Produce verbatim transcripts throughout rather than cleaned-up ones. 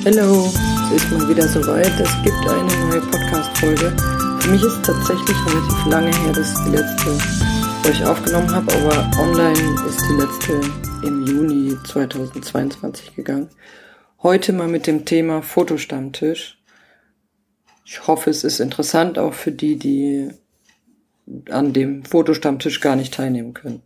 Hallo, es ist mal wieder soweit. Es gibt eine neue Podcast-Folge. Für mich ist es tatsächlich relativ lange her, dass ich die letzte für euch aufgenommen habe, aber online ist die letzte im Juni zweitausendzweiundzwanzig gegangen. Heute mal mit dem Thema Fotostammtisch. Ich hoffe, es ist interessant auch für die, die an dem Fotostammtisch gar nicht teilnehmen können.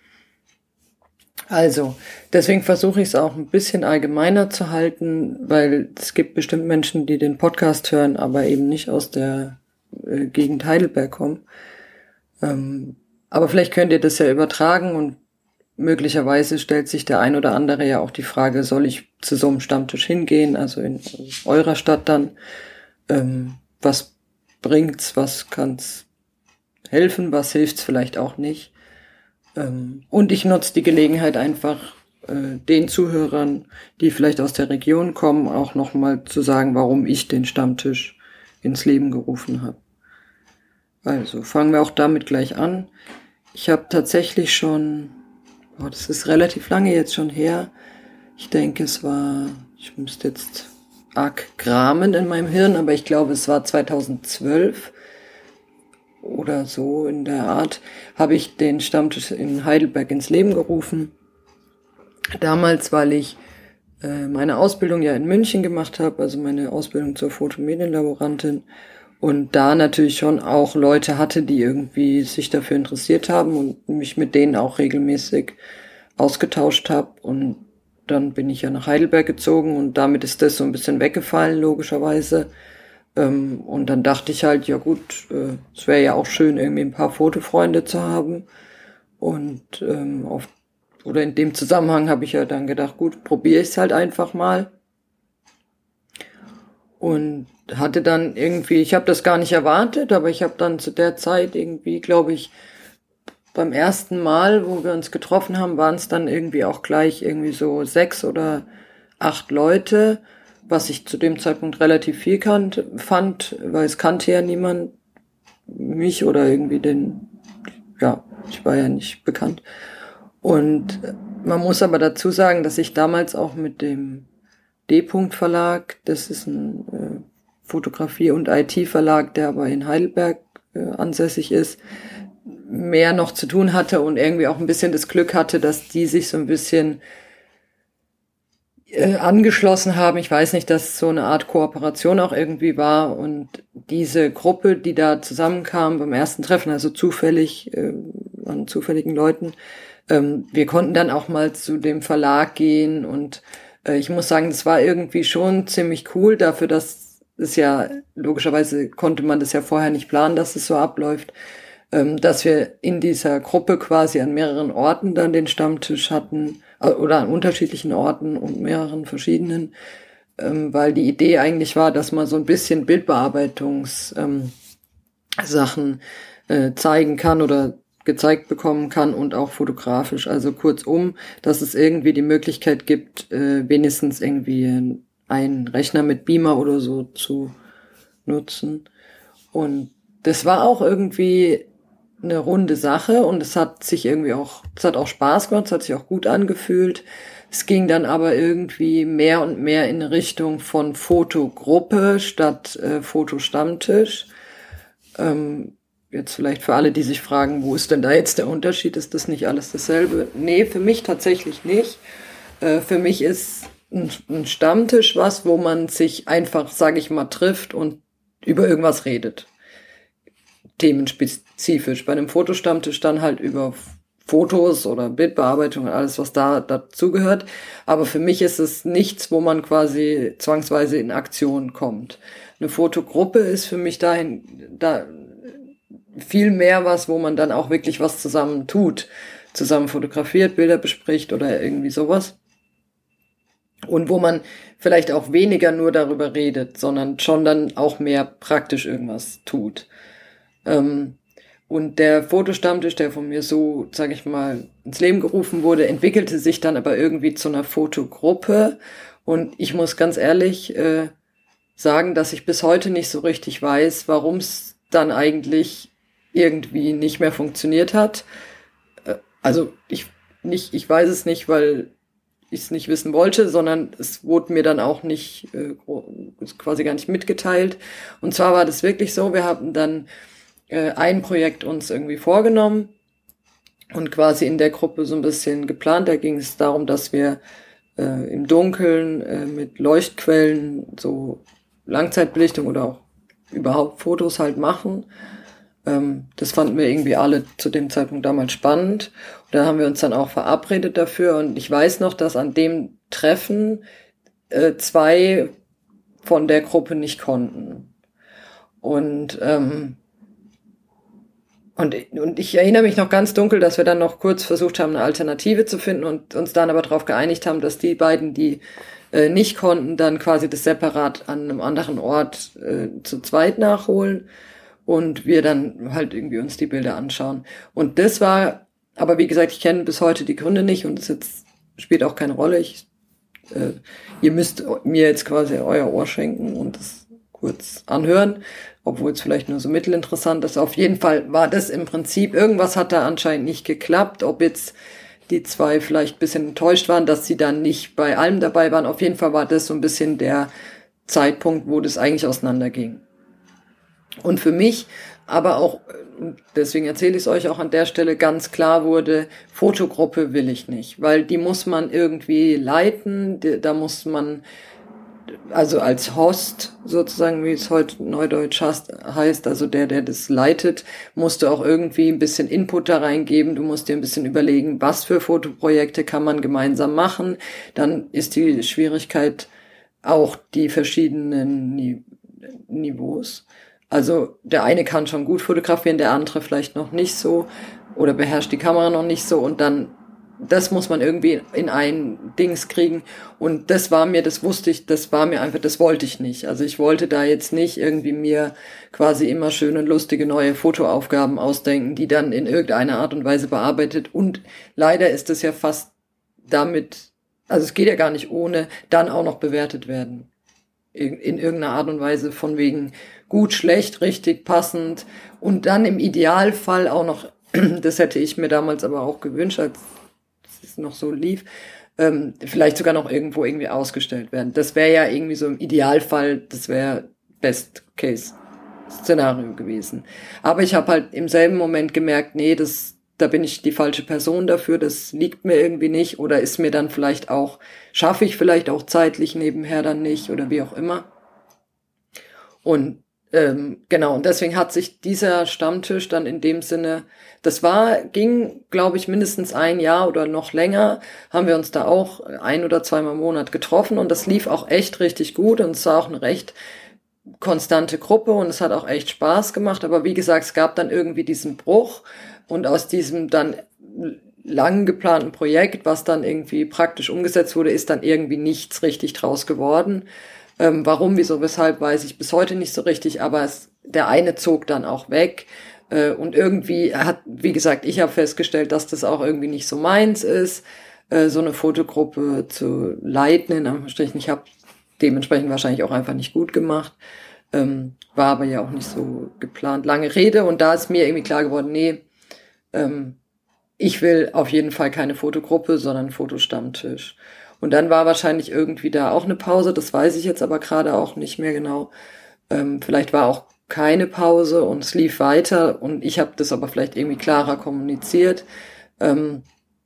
Also, deswegen versuche ich es auch ein bisschen allgemeiner zu halten, weil es gibt bestimmt Menschen, die den Podcast hören, aber eben nicht aus der äh, Gegend Heidelberg kommen. Ähm, aber vielleicht könnt ihr das ja übertragen und möglicherweise stellt sich der ein oder andere ja auch die Frage, soll ich zu so einem Stammtisch hingehen, also in eurer Stadt dann? Ähm, was bringt's, was kann's helfen, was hilft's vielleicht auch nicht? Und ich nutze die Gelegenheit einfach, äh, den Zuhörern, die vielleicht aus der Region kommen, auch nochmal zu sagen, warum ich den Stammtisch ins Leben gerufen habe. Also fangen wir auch damit gleich an. Ich habe tatsächlich schon, oh, das ist relativ lange jetzt schon her, ich denke es war, ich müsste jetzt arg kramen in meinem Hirn, aber ich glaube es war zweitausendzwölf, oder so in der Art, habe ich den Stammtisch in Heidelberg ins Leben gerufen. Damals, weil ich äh, meine Ausbildung ja in München gemacht habe, also meine Ausbildung zur Fotomedienlaborantin, und da natürlich schon auch Leute hatte, die irgendwie sich dafür interessiert haben und mich mit denen auch regelmäßig ausgetauscht habe. Und dann bin ich ja nach Heidelberg gezogen und damit ist das so ein bisschen weggefallen, logischerweise. Und dann dachte ich halt, ja gut, äh, es wäre ja auch schön, irgendwie ein paar Fotofreunde zu haben. Und ähm, auf, oder in dem Zusammenhang habe ich ja dann gedacht, gut, probiere ich es halt einfach mal. Und hatte dann irgendwie, ich habe das gar nicht erwartet, aber ich habe dann zu der Zeit irgendwie, glaube ich, beim ersten Mal, wo wir uns getroffen haben, waren es dann irgendwie auch gleich irgendwie so sechs oder acht Leute, was ich zu dem Zeitpunkt relativ viel kannt, fand, weil es kannte ja niemand mich oder irgendwie den, ja, ich war ja nicht bekannt. Und man muss aber dazu sagen, dass ich damals auch mit dem D-Punkt Verlag, das ist ein äh, Fotografie- und I T-Verlag, der aber in Heidelberg äh, ansässig ist, mehr noch zu tun hatte und irgendwie auch ein bisschen das Glück hatte, dass die sich so ein bisschen Äh, angeschlossen haben. Ich weiß nicht, dass so eine Art Kooperation auch irgendwie war und diese Gruppe, die da zusammenkam beim ersten Treffen, also zufällig, äh, an zufälligen Leuten, ähm, wir konnten dann auch mal zu dem Verlag gehen und äh, ich muss sagen, das war irgendwie schon ziemlich cool dafür, dass es ja, logischerweise konnte man das ja vorher nicht planen, dass es so abläuft, ähm, dass wir in dieser Gruppe quasi an mehreren Orten dann den Stammtisch hatten, oder an unterschiedlichen Orten und mehreren verschiedenen, ähm, weil die Idee eigentlich war, dass man so ein bisschen Bildbearbeitungssachen ähm, äh, zeigen kann oder gezeigt bekommen kann und auch fotografisch. Also kurzum, dass es irgendwie die Möglichkeit gibt, äh, wenigstens irgendwie einen Rechner mit Beamer oder so zu nutzen. Und das war auch irgendwie eine runde Sache und es hat sich irgendwie auch, es hat auch Spaß gemacht, es hat sich auch gut angefühlt. Es ging dann aber irgendwie mehr und mehr in Richtung von Fotogruppe statt äh, Fotostammtisch. Ähm, jetzt vielleicht für alle, die sich fragen, wo ist denn da jetzt der Unterschied? Ist das nicht alles dasselbe? Nee, für mich tatsächlich nicht. Äh, für mich ist ein, ein Stammtisch was, wo man sich einfach, sage ich mal, trifft und über irgendwas redet. Themenspezifisch. Bei einem Fotostammtisch dann halt über Fotos oder Bildbearbeitung und alles, was da dazugehört. Aber für mich ist es nichts, wo man quasi zwangsweise in Aktion kommt. Eine Fotogruppe ist für mich dahin da viel mehr was, wo man dann auch wirklich was zusammen tut. Zusammen fotografiert, Bilder bespricht oder irgendwie sowas. Und wo man vielleicht auch weniger nur darüber redet, sondern schon dann auch mehr praktisch irgendwas tut. Und der Fotostammtisch, der von mir so, sage ich mal, ins Leben gerufen wurde, entwickelte sich dann aber irgendwie zu einer Fotogruppe. Und ich muss ganz ehrlich äh, sagen, dass ich bis heute nicht so richtig weiß, warum es dann eigentlich irgendwie nicht mehr funktioniert hat. Äh, also ich nicht, ich weiß es nicht, weil ich es nicht wissen wollte, sondern es wurde mir dann auch nicht, äh, quasi gar nicht mitgeteilt. Und zwar war das wirklich so, wir haben dann äh, ein Projekt uns irgendwie vorgenommen und quasi in der Gruppe so ein bisschen geplant. Da ging es darum, dass wir äh, im Dunkeln äh, mit Leuchtquellen so Langzeitbelichtung oder auch überhaupt Fotos halt machen. Ähm, das fanden wir irgendwie alle zu dem Zeitpunkt damals spannend. Und da haben wir uns dann auch verabredet dafür. Und ich weiß noch, dass an dem Treffen äh, zwei von der Gruppe nicht konnten. Und ähm, Und, und ich erinnere mich noch ganz dunkel, dass wir dann noch kurz versucht haben, eine Alternative zu finden und uns dann aber darauf geeinigt haben, dass die beiden, die äh, nicht konnten, dann quasi das separat an einem anderen Ort äh, zu zweit nachholen und wir dann halt irgendwie uns die Bilder anschauen. Und das war, aber wie gesagt, ich kenne bis heute die Gründe nicht und es jetzt spielt auch keine Rolle. Ich, äh, ihr müsst mir jetzt quasi euer Ohr schenken und das kurz anhören, obwohl es vielleicht nur so mittelinteressant ist. Auf jeden Fall war das im Prinzip, irgendwas hat da anscheinend nicht geklappt, ob jetzt die zwei vielleicht ein bisschen enttäuscht waren, dass sie dann nicht bei allem dabei waren. Auf jeden Fall war das so ein bisschen der Zeitpunkt, wo das eigentlich auseinanderging. Und für mich aber auch, deswegen erzähle ich es euch auch an der Stelle, ganz klar wurde, Fotogruppe will ich nicht, weil die muss man irgendwie leiten, da muss man also als Host sozusagen, wie es heute neudeutsch heißt, also der, der das leitet, musst du auch irgendwie ein bisschen Input da reingeben. Du musst dir ein bisschen überlegen, was für Fotoprojekte kann man gemeinsam machen. Dann ist die Schwierigkeit auch die verschiedenen Ni- Niveaus. Also der eine kann schon gut fotografieren, der andere vielleicht noch nicht so oder beherrscht die Kamera noch nicht so und dann das muss man irgendwie in ein Dings kriegen. Und das war mir, das wusste ich, das war mir einfach, das wollte ich nicht. Also ich wollte da jetzt nicht irgendwie mir quasi immer schöne, lustige neue Fotoaufgaben ausdenken, die dann in irgendeiner Art und Weise bearbeitet. Und leider ist es ja fast damit, also es geht ja gar nicht ohne, dann auch noch bewertet werden. In, in irgendeiner Art und Weise von wegen gut, schlecht, richtig, passend. Und dann im Idealfall auch noch, das hätte ich mir damals aber auch gewünscht, als es noch so lief, ähm, vielleicht sogar noch irgendwo irgendwie ausgestellt werden. Das wäre ja irgendwie so im Idealfall, das wäre Best-Case-Szenario gewesen. Aber ich habe halt im selben Moment gemerkt, nee, das, da bin ich die falsche Person dafür, das liegt mir irgendwie nicht oder ist mir dann vielleicht auch, schaffe ich vielleicht auch zeitlich nebenher dann nicht oder wie auch immer. Und ähm, genau, und deswegen hat sich dieser Stammtisch dann in dem Sinne, das war, ging, glaube ich, mindestens ein Jahr oder noch länger, haben wir uns da auch ein oder zweimal im Monat getroffen und das lief auch echt richtig gut und es war auch eine recht konstante Gruppe und es hat auch echt Spaß gemacht, aber wie gesagt, es gab dann irgendwie diesen Bruch und aus diesem dann lang geplanten Projekt, was dann irgendwie praktisch umgesetzt wurde, ist dann irgendwie nichts richtig draus geworden. Ähm, warum, wieso, weshalb, weiß ich bis heute nicht so richtig, aber es, der eine zog dann auch weg äh, und irgendwie hat, wie gesagt, ich habe festgestellt, dass das auch irgendwie nicht so meins ist, äh, so eine Fotogruppe zu leiten, in Anführungsstrichen. Ich habe dementsprechend wahrscheinlich auch einfach nicht gut gemacht, ähm, war aber ja auch nicht so geplant. Lange Rede und da ist mir irgendwie klar geworden, nee, ähm, ich will auf jeden Fall keine Fotogruppe, sondern einen Fotostammtisch. Und dann war wahrscheinlich irgendwie da auch eine Pause, das weiß ich jetzt aber gerade auch nicht mehr genau. Ähm, vielleicht war auch keine Pause und es lief weiter und ich habe das aber vielleicht irgendwie klarer kommuniziert, ähm,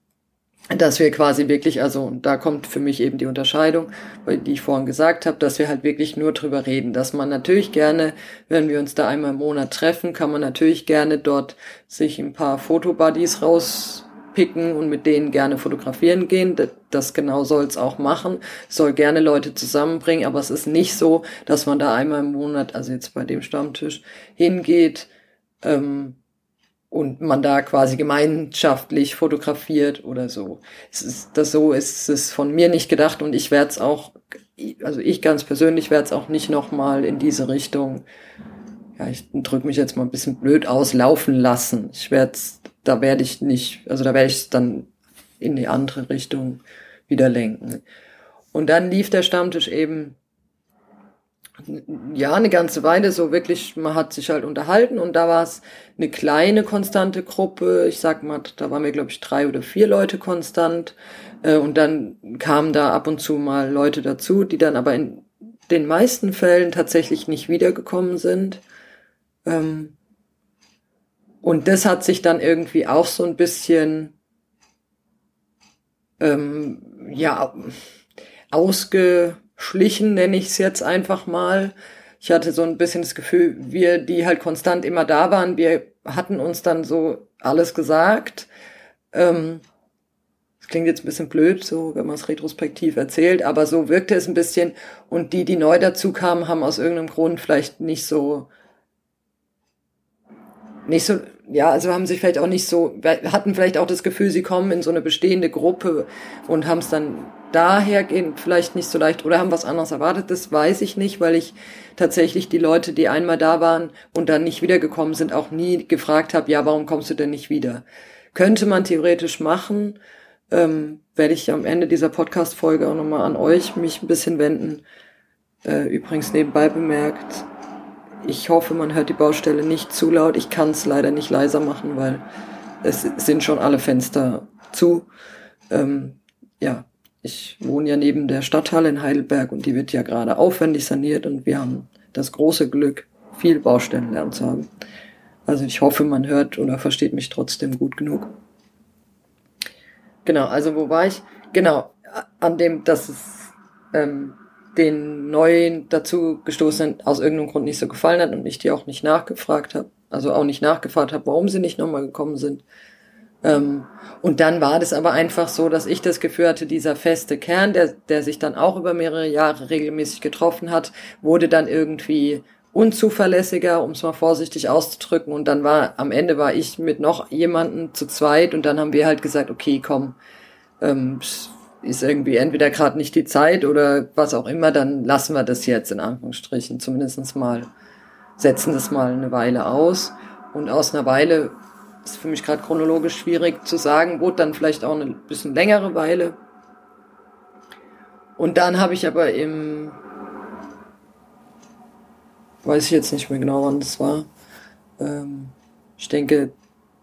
dass wir quasi wirklich, also da kommt für mich eben die Unterscheidung, die ich vorhin gesagt habe, dass wir halt wirklich nur drüber reden, dass man natürlich gerne, wenn wir uns da einmal im Monat treffen, kann man natürlich gerne dort sich ein paar Fotobuddies raus picken und mit denen gerne fotografieren gehen. Das genau soll es auch machen. Es soll gerne Leute zusammenbringen, aber es ist nicht so, dass man da einmal im Monat, also jetzt bei dem Stammtisch, hingeht ähm, und man da quasi gemeinschaftlich fotografiert oder so. Es ist das so ist es von mir nicht gedacht und ich werde es auch, also ich ganz persönlich werde es auch nicht nochmal in diese Richtung, ja, ich drücke mich jetzt mal ein bisschen blöd aus, laufen lassen. Ich werde es da werde ich nicht, also da werde ich es dann in die andere Richtung wieder lenken. Und dann lief der Stammtisch eben ja, eine ganze Weile so wirklich, man hat sich halt unterhalten und da war es eine kleine konstante Gruppe. Ich sag mal, da waren wir, glaube ich, drei oder vier Leute konstant. Äh, und dann kamen da ab und zu mal Leute dazu, die dann aber in den meisten Fällen tatsächlich nicht wiedergekommen sind. Ähm, und das hat sich dann irgendwie auch so ein bisschen, ähm, ja, ausgeschlichen, nenne ich es jetzt einfach mal. Ich hatte so ein bisschen das Gefühl, wir, die halt konstant immer da waren, wir hatten uns dann so alles gesagt. Ähm, das klingt jetzt ein bisschen blöd, so wenn man es retrospektiv erzählt, aber so wirkte es ein bisschen. Und die, die neu dazu kamen, haben aus irgendeinem Grund vielleicht nicht so, nicht so, ja, also haben sich vielleicht auch nicht so, hatten vielleicht auch das Gefühl, sie kommen in so eine bestehende Gruppe und haben es dann daher gehen vielleicht nicht so leicht oder haben was anderes erwartet, das weiß ich nicht, weil ich tatsächlich die Leute, die einmal da waren und dann nicht wiedergekommen sind, auch nie gefragt habe, ja, warum kommst du denn nicht wieder? Könnte man theoretisch machen, ähm, werde ich am Ende dieser Podcast-Folge auch nochmal an euch mich ein bisschen wenden. Äh, übrigens nebenbei bemerkt, ich hoffe, man hört die Baustelle nicht zu laut. Ich kann es leider nicht leiser machen, weil es sind schon alle Fenster zu. Ähm, ja, ich wohne ja neben der Stadthalle in Heidelberg und die wird ja gerade aufwendig saniert und wir haben das große Glück, viel Baustellenlärm zu haben. Also ich hoffe, man hört oder versteht mich trotzdem gut genug. Genau, also wo war ich? Genau, an dem, dass es ähm, den Neuen dazu gestoßen aus irgendeinem Grund nicht so gefallen hat und ich die auch nicht nachgefragt habe, also auch nicht nachgefragt habe, warum sie nicht nochmal gekommen sind. Ähm, und dann war das aber einfach so, dass ich das Gefühl hatte, dieser feste Kern, der, der sich dann auch über mehrere Jahre regelmäßig getroffen hat, wurde dann irgendwie unzuverlässiger, um es mal vorsichtig auszudrücken. Und dann war, am Ende war ich mit noch jemandem zu zweit und dann haben wir halt gesagt, okay, komm, ähm, ist irgendwie entweder gerade nicht die Zeit oder was auch immer, dann lassen wir das jetzt in Anführungsstrichen zumindest mal, setzen das mal eine Weile aus. Und aus einer Weile, ist für mich gerade chronologisch schwierig zu sagen, wurde dann vielleicht auch eine bisschen längere Weile. Und dann habe ich aber im, weiß ich jetzt nicht mehr genau, wann das war, ähm, ich denke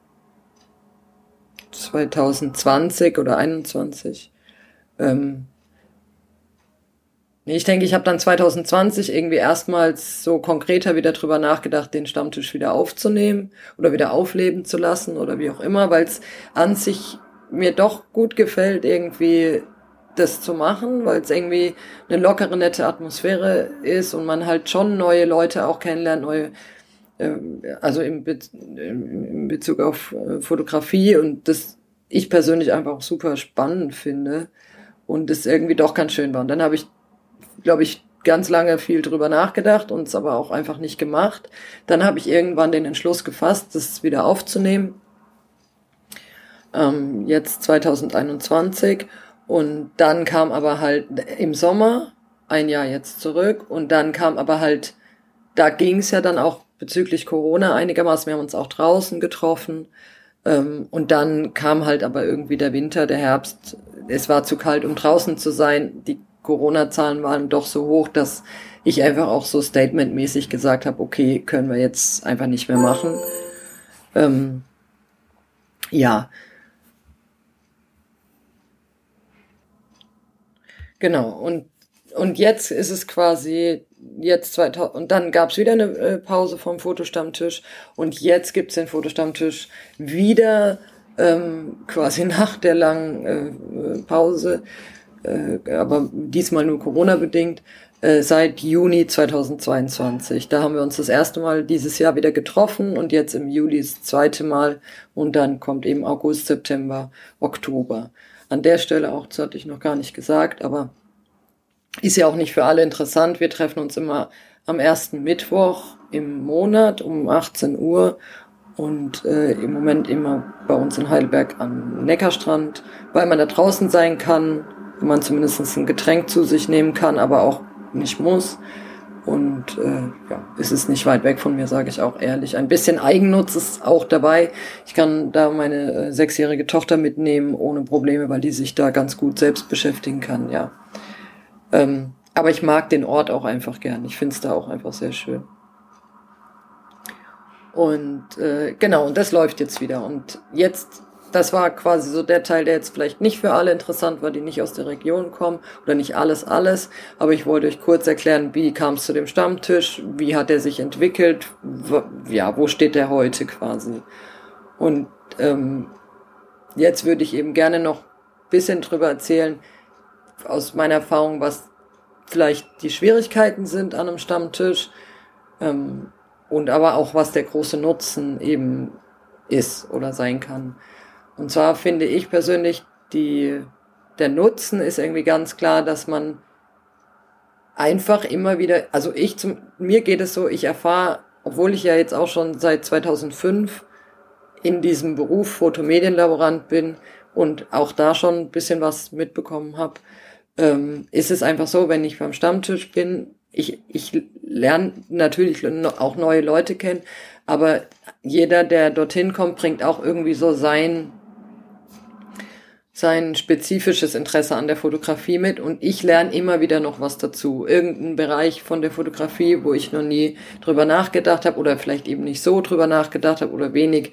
zwanzig zwanzig oder einundzwanzig, ähm, nee, ich denke, ich habe dann zwanzig zwanzig irgendwie erstmals so konkreter wieder drüber nachgedacht, den Stammtisch wieder aufzunehmen oder wieder aufleben zu lassen oder wie auch immer, weil es an sich mir doch gut gefällt, irgendwie das zu machen, weil es irgendwie eine lockere, nette Atmosphäre ist und man halt schon neue Leute auch kennenlernt, neue, ähm, also im, Be- im Bezug auf äh, Fotografie und das ich persönlich einfach auch super spannend finde und es irgendwie doch ganz schön war. Und dann habe ich, glaube ich, ganz lange viel drüber nachgedacht und es aber auch einfach nicht gemacht. Dann habe ich irgendwann den Entschluss gefasst, das wieder aufzunehmen. Ähm, jetzt zwanzig einundzwanzig. Und dann kam aber halt im Sommer, ein Jahr jetzt zurück, und dann kam aber halt, da ging es ja dann auch bezüglich Corona einigermaßen, wir haben uns auch draußen getroffen. Ähm, und dann kam halt aber irgendwie der Winter, der Herbst, es war zu kalt, um draußen zu sein, die Corona-Zahlen waren doch so hoch, dass ich einfach auch so statementmäßig gesagt habe, okay, können wir jetzt einfach nicht mehr machen. Ähm, ja, genau. Und und jetzt ist es quasi jetzt zweitausend und dann gab es wieder eine äh, Pause vom Fotostammtisch und jetzt gibt's den Fotostammtisch wieder ähm, quasi nach der langen äh, Pause. Äh, aber diesmal nur Corona-bedingt, äh, seit Juni zweitausendzweiundzwanzig. Da haben wir uns das erste Mal dieses Jahr wieder getroffen und jetzt im Juli das zweite Mal und dann kommt eben August, September, Oktober. An der Stelle auch, das hatte ich noch gar nicht gesagt, aber ist ja auch nicht für alle interessant. Wir treffen uns immer am ersten Mittwoch im Monat um achtzehn Uhr und äh, im Moment immer bei uns in Heidelberg am Neckarstrand, weil man da draußen sein kann, wenn man zumindest ein Getränk zu sich nehmen kann, aber auch nicht muss. Und äh, ja, es ist nicht weit weg von mir, sage ich auch ehrlich. Ein bisschen Eigennutz ist auch dabei. Ich kann da meine äh, sechsjährige Tochter mitnehmen ohne Probleme, weil die sich da ganz gut selbst beschäftigen kann, ja. Ähm, aber ich mag den Ort auch einfach gern. Ich finde es da auch einfach sehr schön. Und äh, genau, und das läuft jetzt wieder. Und jetzt, das war quasi so der Teil, der jetzt vielleicht nicht für alle interessant war, die nicht aus der Region kommen oder nicht alles, alles. Aber ich wollte euch kurz erklären, wie kam es zu dem Stammtisch, wie hat er sich entwickelt, wo, ja, wo steht der heute quasi. Und ähm, jetzt würde ich eben gerne noch ein bisschen drüber erzählen, aus meiner Erfahrung, was vielleicht die Schwierigkeiten sind an einem Stammtisch, ähm, und aber auch, was der große Nutzen eben ist oder sein kann. Und zwar finde ich persönlich, die, der Nutzen ist irgendwie ganz klar, dass man einfach immer wieder, also ich, zum, mir geht es so, ich erfahre, obwohl ich ja jetzt auch schon seit zweitausendfünf in diesem Beruf Fotomedienlaborant bin und auch da schon ein bisschen was mitbekommen habe, ähm, ist es einfach so, wenn ich beim Stammtisch bin, Ich, ich lerne natürlich auch neue Leute kennen, aber jeder, der dorthin kommt, bringt auch irgendwie so sein, sein spezifisches Interesse an der Fotografie mit und ich lerne immer wieder noch was dazu. Irgendein Bereich von der Fotografie, wo ich noch nie drüber nachgedacht habe oder vielleicht eben nicht so drüber nachgedacht habe oder wenig,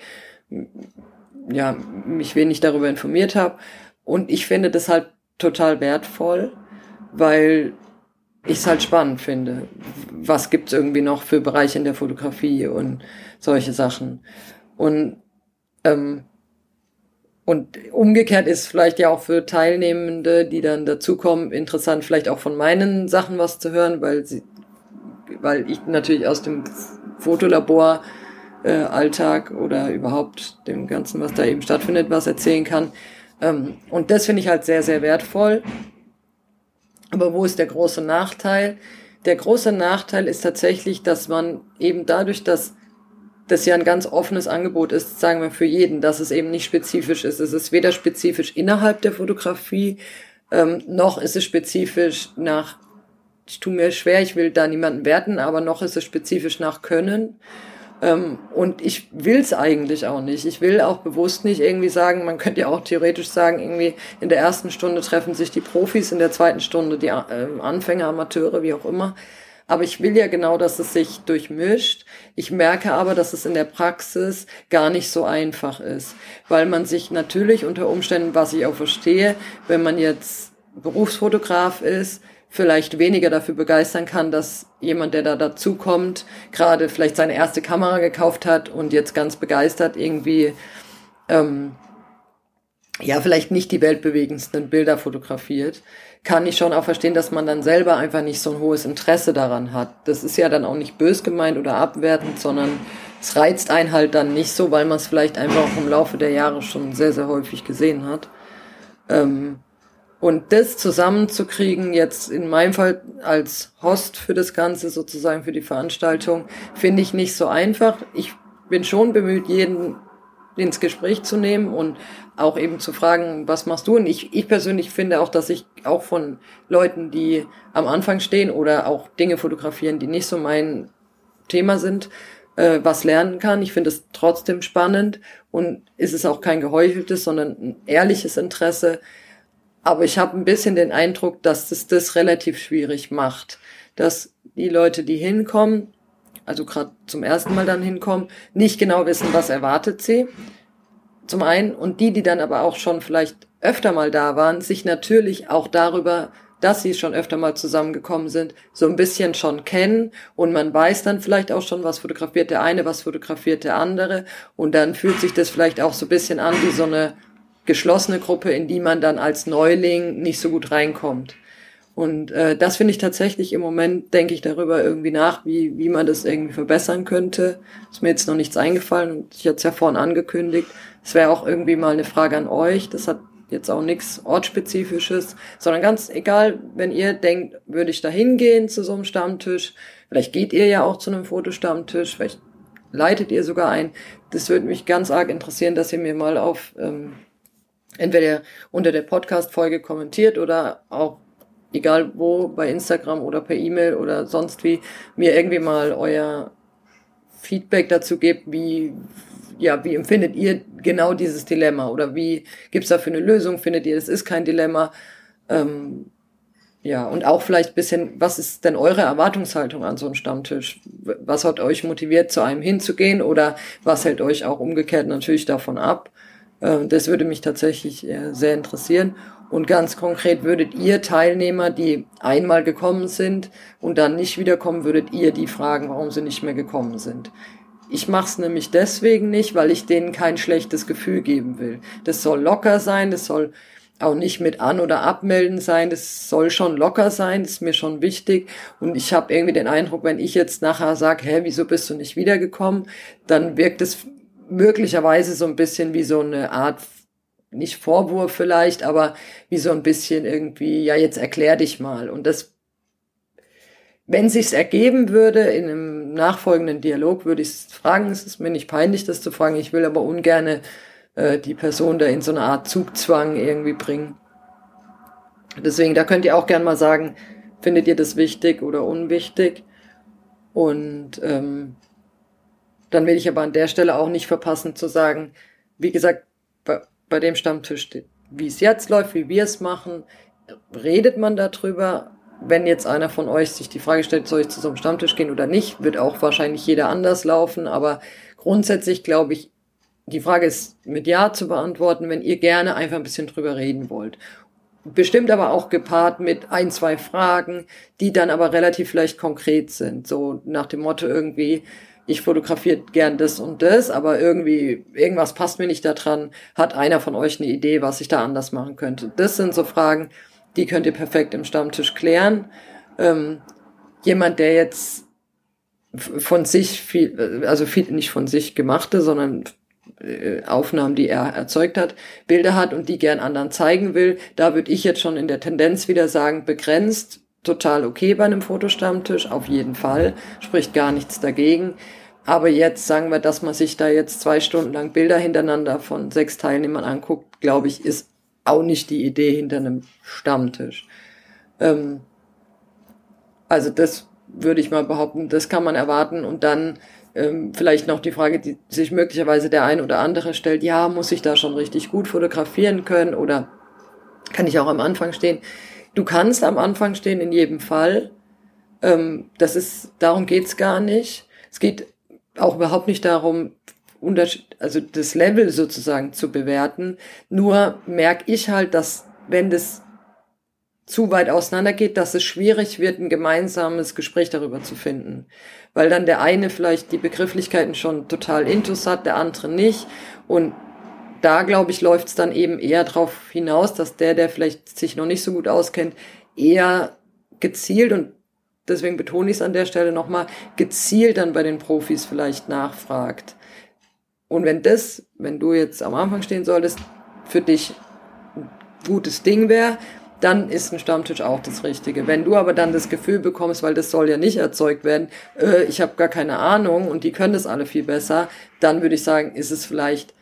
ja, mich wenig darüber informiert habe. Und ich finde das halt total wertvoll, weil ich es halt spannend finde. Was gibt's irgendwie noch für Bereiche in der Fotografie und solche Sachen. Und ähm, und umgekehrt ist vielleicht ja auch für Teilnehmende, die dann dazukommen, interessant, vielleicht auch von meinen Sachen was zu hören, weil sie, weil ich natürlich aus dem Fotolabor äh, Alltag oder überhaupt dem Ganzen, was da eben stattfindet, was erzählen kann. Ähm, und das finde ich halt sehr, sehr wertvoll. Aber wo ist der große Nachteil? Der große Nachteil ist tatsächlich, dass man eben dadurch, dass das ja ein ganz offenes Angebot ist, sagen wir für jeden, dass es eben nicht spezifisch ist. Es ist weder spezifisch innerhalb der Fotografie, ähm, noch ist es spezifisch nach, ich tue mir schwer, ich will da niemanden werten, aber noch ist es spezifisch nach Können. Ähm, und ich will es eigentlich auch nicht. Ich will auch bewusst nicht irgendwie sagen, man könnte ja auch theoretisch sagen, irgendwie in der ersten Stunde treffen sich die Profis, in der zweiten Stunde die äh, Anfänger, Amateure, wie auch immer. Aber ich will ja genau, dass es sich durchmischt. Ich merke aber, dass es in der Praxis gar nicht so einfach ist, weil man sich natürlich unter Umständen, was ich auch verstehe, wenn man jetzt Berufsfotograf ist, vielleicht weniger dafür begeistern kann, dass jemand, der da dazukommt, gerade vielleicht seine erste Kamera gekauft hat und jetzt ganz begeistert irgendwie ähm, ja vielleicht nicht die weltbewegendsten Bilder fotografiert, kann ich schon auch verstehen, dass man dann selber einfach nicht so ein hohes Interesse daran hat. Das ist ja dann auch nicht bös gemeint oder abwertend, sondern es reizt einen halt dann nicht so, weil man es vielleicht einfach auch im Laufe der Jahre schon sehr, sehr häufig gesehen hat. Ähm, und das zusammenzukriegen, jetzt in meinem Fall als Host für das Ganze, sozusagen für die Veranstaltung, finde ich nicht so einfach. Ich bin schon bemüht, jeden ins Gespräch zu nehmen und auch eben zu fragen, was machst du? Und ich, ich persönlich finde auch, dass ich auch von Leuten, die am Anfang stehen oder auch Dinge fotografieren, die nicht so mein Thema sind, äh, was lernen kann. Ich finde es trotzdem spannend und ist es auch kein geheucheltes, sondern ein ehrliches Interesse. Aber ich habe ein bisschen den Eindruck, dass es das relativ schwierig macht, dass die Leute, die hinkommen, also gerade zum ersten Mal dann hinkommen, nicht genau wissen, was erwartet sie. Zum einen. Und die, die dann aber auch schon vielleicht öfter mal da waren, sich natürlich auch darüber, dass sie schon öfter mal zusammengekommen sind, so ein bisschen schon kennen. Und man weiß dann vielleicht auch schon, was fotografiert der eine, was fotografiert der andere. Und dann fühlt sich das vielleicht auch so ein bisschen an wie so eine geschlossene Gruppe, in die man dann als Neuling nicht so gut reinkommt. Und äh, das finde ich tatsächlich im Moment, denke ich darüber irgendwie nach, wie wie man das irgendwie verbessern könnte. Ist mir jetzt noch nichts eingefallen und ich hatte es ja vorhin angekündigt. Es wäre auch irgendwie mal eine Frage an euch. Das hat jetzt auch nichts Ortsspezifisches, sondern ganz egal, wenn ihr denkt, würde ich da hingehen zu so einem Stammtisch. Vielleicht geht ihr ja auch zu einem Fotostammtisch, vielleicht leitet ihr sogar ein. Das würde mich ganz arg interessieren, dass ihr mir mal auf ähm, entweder unter der Podcast-Folge kommentiert oder auch egal wo, bei Instagram oder per E-Mail oder sonst wie, mir irgendwie mal euer Feedback dazu gebt, wie, ja, wie empfindet ihr genau dieses Dilemma oder wie gibt's dafür eine Lösung? Findet ihr, es ist kein Dilemma? Ähm, Ja, und auch vielleicht ein bisschen, was ist denn eure Erwartungshaltung an so einen Stammtisch? Was hat euch motiviert, zu einem hinzugehen oder was hält euch auch umgekehrt natürlich davon ab? Das würde mich tatsächlich sehr interessieren. Und ganz konkret, würdet ihr Teilnehmer, die einmal gekommen sind und dann nicht wiederkommen, würdet ihr die fragen, warum sie nicht mehr gekommen sind? Ich mache es nämlich deswegen nicht, weil ich denen kein schlechtes Gefühl geben will. Das soll locker sein, das soll auch nicht mit an- oder abmelden sein, das soll schon locker sein, das ist mir schon wichtig. Und ich habe irgendwie den Eindruck, wenn ich jetzt nachher sage, hä, wieso bist du nicht wiedergekommen, dann wirkt es möglicherweise so ein bisschen wie so eine Art, nicht Vorwurf vielleicht, aber wie so ein bisschen irgendwie, ja, jetzt erklär dich mal. Und das, wenn sich's ergeben würde, in einem nachfolgenden Dialog, würde ich es fragen, es ist mir nicht peinlich, das zu fragen, ich will aber ungerne äh, die Person da in so eine Art Zugzwang irgendwie bringen. Deswegen, da könnt ihr auch gern mal sagen, findet ihr das wichtig oder unwichtig? Und ähm, dann will ich aber an der Stelle auch nicht verpassen zu sagen, wie gesagt, bei, bei dem Stammtisch, wie es jetzt läuft, wie wir es machen, redet man darüber. Wenn jetzt einer von euch sich die Frage stellt, soll ich zu so einem Stammtisch gehen oder nicht, wird auch wahrscheinlich jeder anders laufen. Aber grundsätzlich glaube ich, die Frage ist mit Ja zu beantworten, wenn ihr gerne einfach ein bisschen drüber reden wollt. Bestimmt aber auch gepaart mit ein, zwei Fragen, die dann aber relativ vielleicht konkret sind. So nach dem Motto irgendwie, ich fotografiere gern das und das, aber irgendwie, irgendwas passt mir nicht daran. Hat einer von euch eine Idee, was ich da anders machen könnte? Das sind so Fragen, die könnt ihr perfekt im Stammtisch klären. Ähm, jemand, der jetzt von sich viel, also viel, nicht von sich gemachte, sondern Aufnahmen, die er erzeugt hat, Bilder hat und die gern anderen zeigen will, da würde ich jetzt schon in der Tendenz wieder sagen, begrenzt, total okay bei einem Fotostammtisch, auf jeden Fall, spricht gar nichts dagegen. Aber jetzt sagen wir, dass man sich da jetzt zwei Stunden lang Bilder hintereinander von sechs Teilnehmern anguckt, glaube ich, ist auch nicht die Idee hinter einem Stammtisch. Ähm, also das würde ich mal behaupten, das kann man erwarten und dann ähm, vielleicht noch die Frage, die sich möglicherweise der ein oder andere stellt, ja, muss ich da schon richtig gut fotografieren können oder kann ich auch am Anfang stehen? Du kannst am Anfang stehen in jedem Fall. Ähm, das ist, darum geht's gar nicht. Es geht auch überhaupt nicht darum, also das Level sozusagen zu bewerten. Nur merke ich halt, dass wenn das zu weit auseinander geht, dass es schwierig wird, ein gemeinsames Gespräch darüber zu finden. Weil dann der eine vielleicht die Begrifflichkeiten schon total intus hat, der andere nicht. Und da, glaube ich, läuft es dann eben eher darauf hinaus, dass der, der vielleicht sich noch nicht so gut auskennt, eher gezielt, und deswegen betone ich es an der Stelle nochmal, gezielt dann bei den Profis vielleicht nachfragt. Und wenn das, wenn du jetzt am Anfang stehen solltest, für dich ein gutes Ding wäre, dann ist ein Stammtisch auch das Richtige. Wenn du aber dann das Gefühl bekommst, weil das soll ja nicht erzeugt werden, äh, ich habe gar keine Ahnung und die können das alle viel besser, dann würde ich sagen, ist es vielleicht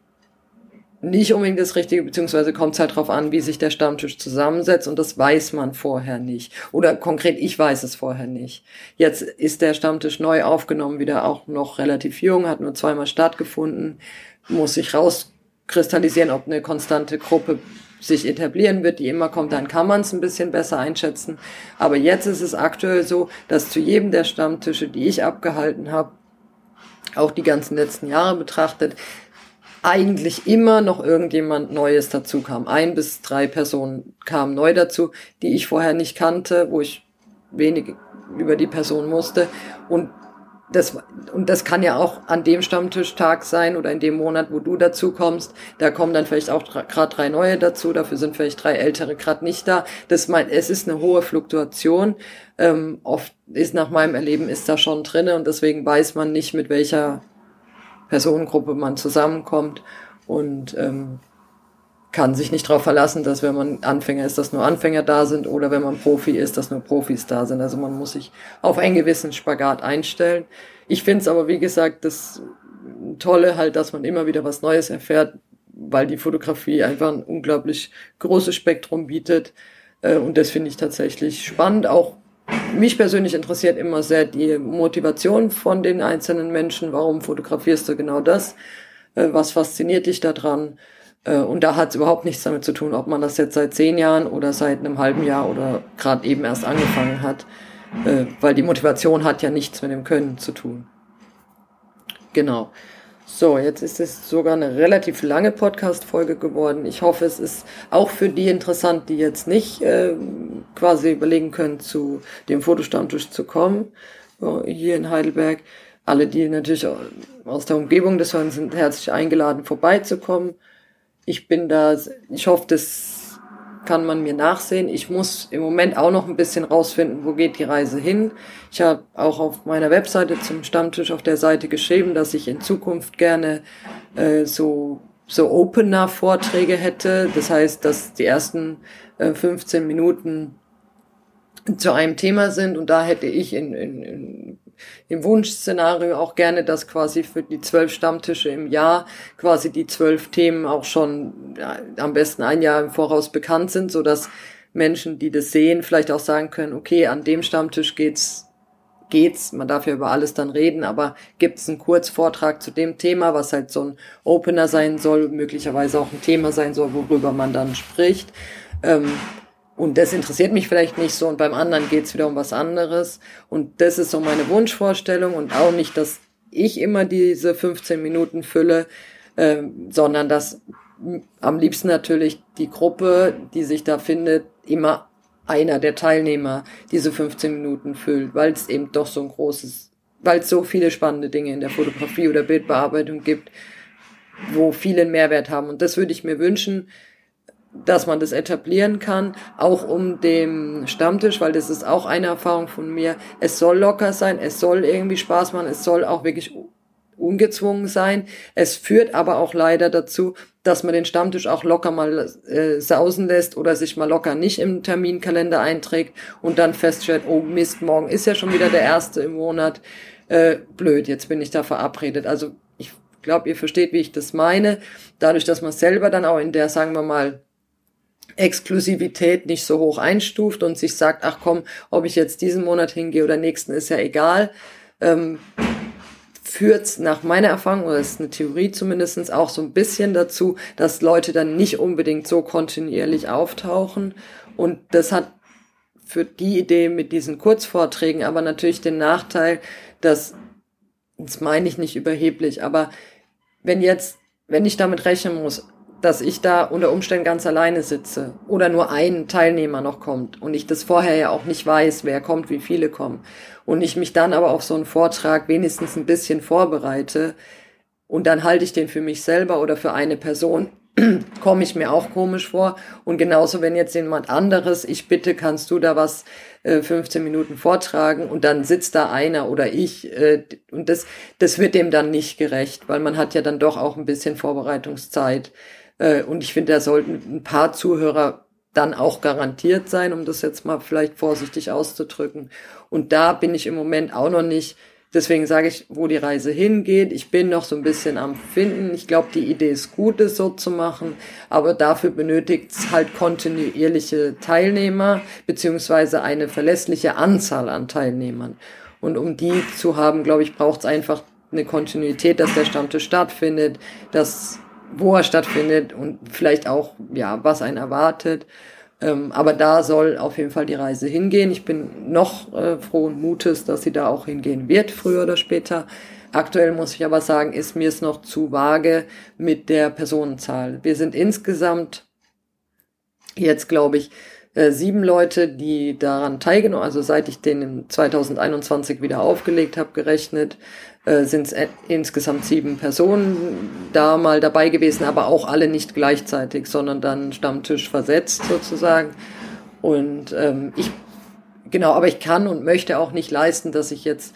nicht unbedingt das Richtige, beziehungsweise kommt es halt drauf an, wie sich der Stammtisch zusammensetzt und das weiß man vorher nicht. Oder konkret, ich weiß es vorher nicht. Jetzt ist der Stammtisch neu aufgenommen, wieder auch noch relativ jung, hat nur zweimal stattgefunden, muss sich rauskristallisieren, ob eine konstante Gruppe sich etablieren wird, die immer kommt, dann kann man es ein bisschen besser einschätzen. Aber jetzt ist es aktuell so, dass zu jedem der Stammtische, die ich abgehalten habe, auch die ganzen letzten Jahre betrachtet, eigentlich immer noch irgendjemand Neues dazu kam. Ein bis drei Personen kamen neu dazu, die ich vorher nicht kannte, wo ich wenig über die Person wusste. Und das, und das kann ja auch an dem Stammtischtag sein oder in dem Monat, wo du dazu kommst. Da kommen dann vielleicht auch gerade drei neue dazu, dafür sind vielleicht drei ältere gerade nicht da. Das meint, es ist eine hohe Fluktuation. Ähm, oft ist nach meinem Erleben ist da schon drinne und deswegen weiß man nicht, mit welcher Personengruppe man zusammenkommt und ähm, kann sich nicht darauf verlassen, dass wenn man Anfänger ist, dass nur Anfänger da sind oder wenn man Profi ist, dass nur Profis da sind. Also man muss sich auf einen gewissen Spagat einstellen. Ich finde es aber, wie gesagt, das Tolle halt, dass man immer wieder was Neues erfährt, weil die Fotografie einfach ein unglaublich großes Spektrum bietet. Und das finde ich tatsächlich spannend. Auch mich persönlich interessiert immer sehr die Motivation von den einzelnen Menschen. Warum fotografierst du genau das? Was fasziniert dich daran? Äh, und da hat es überhaupt nichts damit zu tun, ob man das jetzt seit zehn Jahren oder seit einem halben Jahr oder gerade eben erst angefangen hat. Äh, weil die Motivation hat ja nichts mit dem Können zu tun. Genau. So, jetzt ist es sogar eine relativ lange Podcast-Folge geworden. Ich hoffe, es ist auch für die interessant, die jetzt nicht äh, quasi überlegen können, zu dem Fotostammtisch zu kommen, so, hier in Heidelberg. Alle, die natürlich aus der Umgebung des Hörens sind, herzlich eingeladen, vorbeizukommen. Ich bin da, ich hoffe, das kann man mir nachsehen. Ich muss im Moment auch noch ein bisschen rausfinden, wo geht die Reise hin. Ich habe auch auf meiner Webseite zum Stammtisch auf der Seite geschrieben, dass ich in Zukunft gerne äh, so so Opener-Vorträge hätte. Das heißt, dass die ersten äh, fünfzehn Minuten zu einem Thema sind und da hätte ich in, in, in im Wunschszenario auch gerne, dass quasi für die zwölf Stammtische im Jahr quasi die zwölf Themen auch schon ja, am besten ein Jahr im Voraus bekannt sind, so dass Menschen, die das sehen, vielleicht auch sagen können, okay, an dem Stammtisch geht's, geht's, man darf ja über alles dann reden, aber gibt's einen Kurzvortrag zu dem Thema, was halt so ein Opener sein soll, möglicherweise auch ein Thema sein soll, worüber man dann spricht. Ähm, Und das interessiert mich vielleicht nicht so und beim anderen geht's wieder um was anderes. Und das ist so meine Wunschvorstellung und auch nicht, dass ich immer diese fünfzehn Minuten fülle, äh, sondern dass am liebsten natürlich die Gruppe, die sich da findet, immer einer der Teilnehmer diese fünfzehn Minuten füllt, weil es eben doch so ein großes, weil es so viele spannende Dinge in der Fotografie oder Bildbearbeitung gibt, wo viele einen Mehrwert haben. Und das würde ich mir wünschen, dass man das etablieren kann, auch um dem Stammtisch, weil das ist auch eine Erfahrung von mir. Es soll locker sein, es soll irgendwie Spaß machen, es soll auch wirklich ungezwungen sein. Es führt aber auch leider dazu, dass man den Stammtisch auch locker mal äh, sausen lässt oder sich mal locker nicht im Terminkalender einträgt und dann feststellt, oh Mist, morgen ist ja schon wieder der erste im Monat. Äh, blöd, jetzt bin ich da verabredet. Also ich glaube, ihr versteht, wie ich das meine. Dadurch, dass man selber dann auch in der, sagen wir mal, Exklusivität nicht so hoch einstuft und sich sagt, ach komm, ob ich jetzt diesen Monat hingehe oder nächsten, ist ja egal, ähm, führt nach meiner Erfahrung, oder ist eine Theorie zumindest, auch so ein bisschen dazu, dass Leute dann nicht unbedingt so kontinuierlich auftauchen. Und das hat für die Idee mit diesen Kurzvorträgen aber natürlich den Nachteil, dass, das meine ich nicht überheblich, aber wenn jetzt, wenn ich damit rechnen muss, dass ich da unter Umständen ganz alleine sitze oder nur ein Teilnehmer noch kommt und ich das vorher ja auch nicht weiß, wer kommt, wie viele kommen und ich mich dann aber auf so einen Vortrag wenigstens ein bisschen vorbereite und dann halte ich den für mich selber oder für eine Person, komme ich mir auch komisch vor. Und genauso, wenn jetzt jemand anderes, ich bitte, kannst du da was äh, fünfzehn Minuten vortragen und dann sitzt da einer oder ich äh, und das, das wird dem dann nicht gerecht, weil man hat ja dann doch auch ein bisschen Vorbereitungszeit. Und ich finde, da sollten ein paar Zuhörer dann auch garantiert sein, um das jetzt mal vielleicht vorsichtig auszudrücken. Und da bin ich im Moment auch noch nicht, deswegen sage ich, wo die Reise hingeht. Ich bin noch so ein bisschen am Finden. Ich glaube, die Idee ist gut, es so zu machen, aber dafür benötigt es halt kontinuierliche Teilnehmer beziehungsweise eine verlässliche Anzahl an Teilnehmern. Und um die zu haben, glaube ich, braucht es einfach eine Kontinuität, dass der Stammtisch stattfindet, dass wo er stattfindet und vielleicht auch, ja, was einen erwartet. Ähm, aber da soll auf jeden Fall die Reise hingehen. Ich bin noch äh, frohen Mutes, dass sie da auch hingehen wird, früher oder später. Aktuell muss ich aber sagen, ist mir es noch zu vage mit der Personenzahl. Wir sind insgesamt jetzt, glaube ich, äh, sieben Leute, die daran teilgenommen, also seit ich den in zwanzig einundzwanzig wieder aufgelegt habe, gerechnet, äh, sind es äh, insgesamt sieben Personen da mal dabei gewesen, aber auch alle nicht gleichzeitig, sondern dann Stammtisch versetzt sozusagen. Und ähm, ich, genau, aber ich kann und möchte auch nicht leisten, dass ich jetzt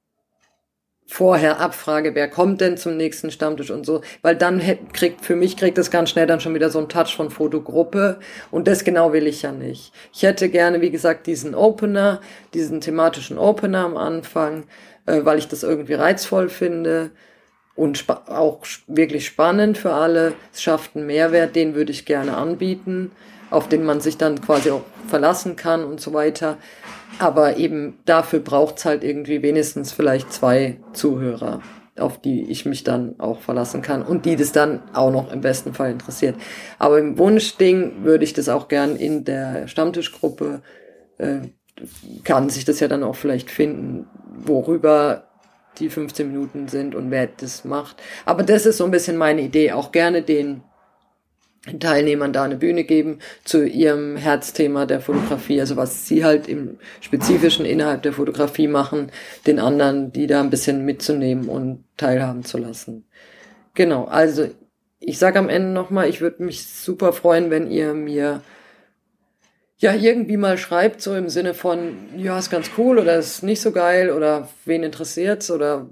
vorher abfrage, wer kommt denn zum nächsten Stammtisch und so, weil dann kriegt, für mich kriegt das ganz schnell dann schon wieder so einen Touch von Fotogruppe und das genau will ich ja nicht. Ich hätte gerne, wie gesagt, diesen Opener, diesen thematischen Opener am Anfang, äh, weil ich das irgendwie reizvoll finde und spa- auch wirklich spannend für alle. Es schafft einen Mehrwert, den würde ich gerne anbieten, auf den man sich dann quasi auch verlassen kann und so weiter. Aber eben dafür braucht's halt irgendwie wenigstens vielleicht zwei Zuhörer. auf die ich mich dann auch verlassen kann und die das dann auch noch im besten Fall interessiert. Aber im Wunschding würde ich das auch gern in der Stammtischgruppe, äh, kann sich das ja dann auch vielleicht finden, worüber die fünfzehn Minuten sind und wer das macht. Aber das ist so ein bisschen meine Idee, auch gerne den Teilnehmern da eine Bühne geben zu ihrem Herzthema der Fotografie, also was sie halt im Spezifischen innerhalb der Fotografie machen, den anderen, die da ein bisschen mitzunehmen und teilhaben zu lassen. Genau, also ich sage am Ende nochmal, ich würde mich super freuen, wenn ihr mir ja irgendwie mal schreibt, so im Sinne von, ja, ist ganz cool oder ist nicht so geil oder wen interessiert's oder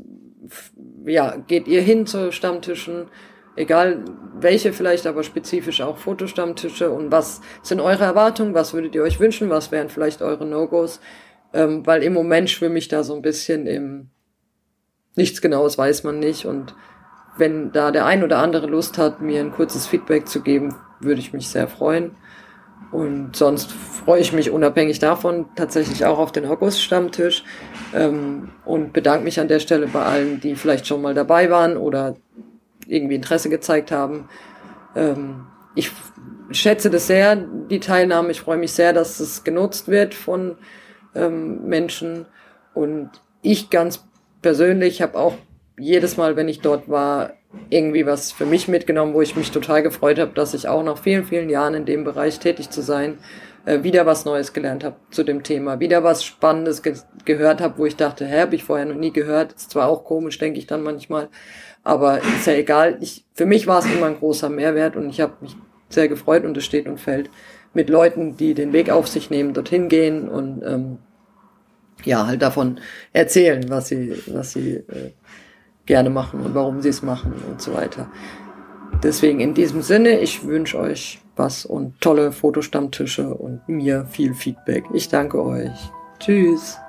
ja, geht ihr hin zu Stammtischen, egal welche vielleicht, aber spezifisch auch Fotostammtische und was sind eure Erwartungen, was würdet ihr euch wünschen, was wären vielleicht eure No-Gos, ähm, weil im Moment schwimme ich da so ein bisschen im nichts Genaues weiß man nicht und wenn da der ein oder andere Lust hat, mir ein kurzes Feedback zu geben, würde ich mich sehr freuen. Und sonst freue ich mich unabhängig davon tatsächlich auch auf den August-Stammtisch ähm, und bedanke mich an der Stelle bei allen, die vielleicht schon mal dabei waren oder irgendwie Interesse gezeigt haben. Ähm, ich schätze das sehr, die Teilnahme. Ich freue mich sehr, dass es genutzt wird von ähm, Menschen. Und ich ganz persönlich habe auch jedes Mal, wenn ich dort war, irgendwie was für mich mitgenommen, wo ich mich total gefreut habe, dass ich auch nach vielen, vielen Jahren in dem Bereich tätig zu sein, äh, wieder was Neues gelernt habe zu dem Thema, wieder was Spannendes ge- gehört habe, wo ich dachte, hä, habe ich vorher noch nie gehört. Ist zwar auch komisch, denke ich dann manchmal, aber ist ja egal. Ich, für mich war es immer ein großer Mehrwert und ich habe mich sehr gefreut und es steht und fällt mit Leuten, die den Weg auf sich nehmen, dorthin gehen und ähm, ja, halt davon erzählen, was sie, was sie äh, gerne machen und warum sie es machen und so weiter. Deswegen in diesem Sinne, ich wünsche euch was und tolle Fotostammtische und mir viel Feedback. Ich danke euch. Tschüss.